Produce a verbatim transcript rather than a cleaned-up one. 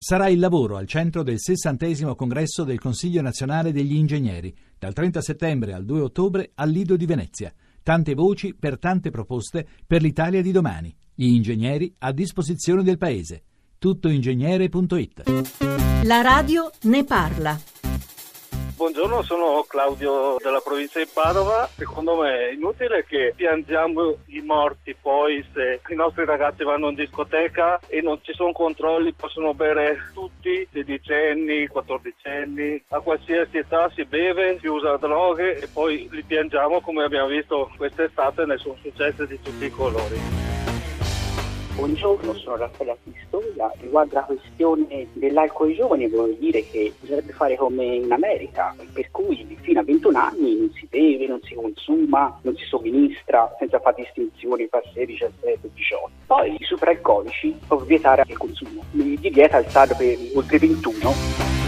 Sarà il lavoro al centro del sessantesimo congresso del Consiglio Nazionale degli Ingegneri, dal trenta settembre al due ottobre al Lido di Venezia. Tante voci per tante proposte per l'Italia di domani. Gli ingegneri a disposizione del Paese. tuttoingegnere punto it. La radio ne parla. Buongiorno, sono Claudio della provincia di Padova. Secondo me è inutile che piangiamo i morti poi se i nostri ragazzi vanno in discoteca e non ci sono controlli, possono bere tutti, sedicenni, quattordicenni, a qualsiasi età si beve, si usa droghe e poi li piangiamo come abbiamo visto quest'estate, ne sono successe di tutti i colori. Buongiorno, sono Raffaella Pistoia. Riguardo la questione dell'alcol ai giovani, voglio dire che bisognerebbe fare come in America, per cui fino a ventuno anni non si beve, non si consuma, non si somministra, senza fare distinzioni tra sedici, diciassette, diciotto. Poi i superalcolici, può vietare il consumo, di dieta alzare per oltre ventuno.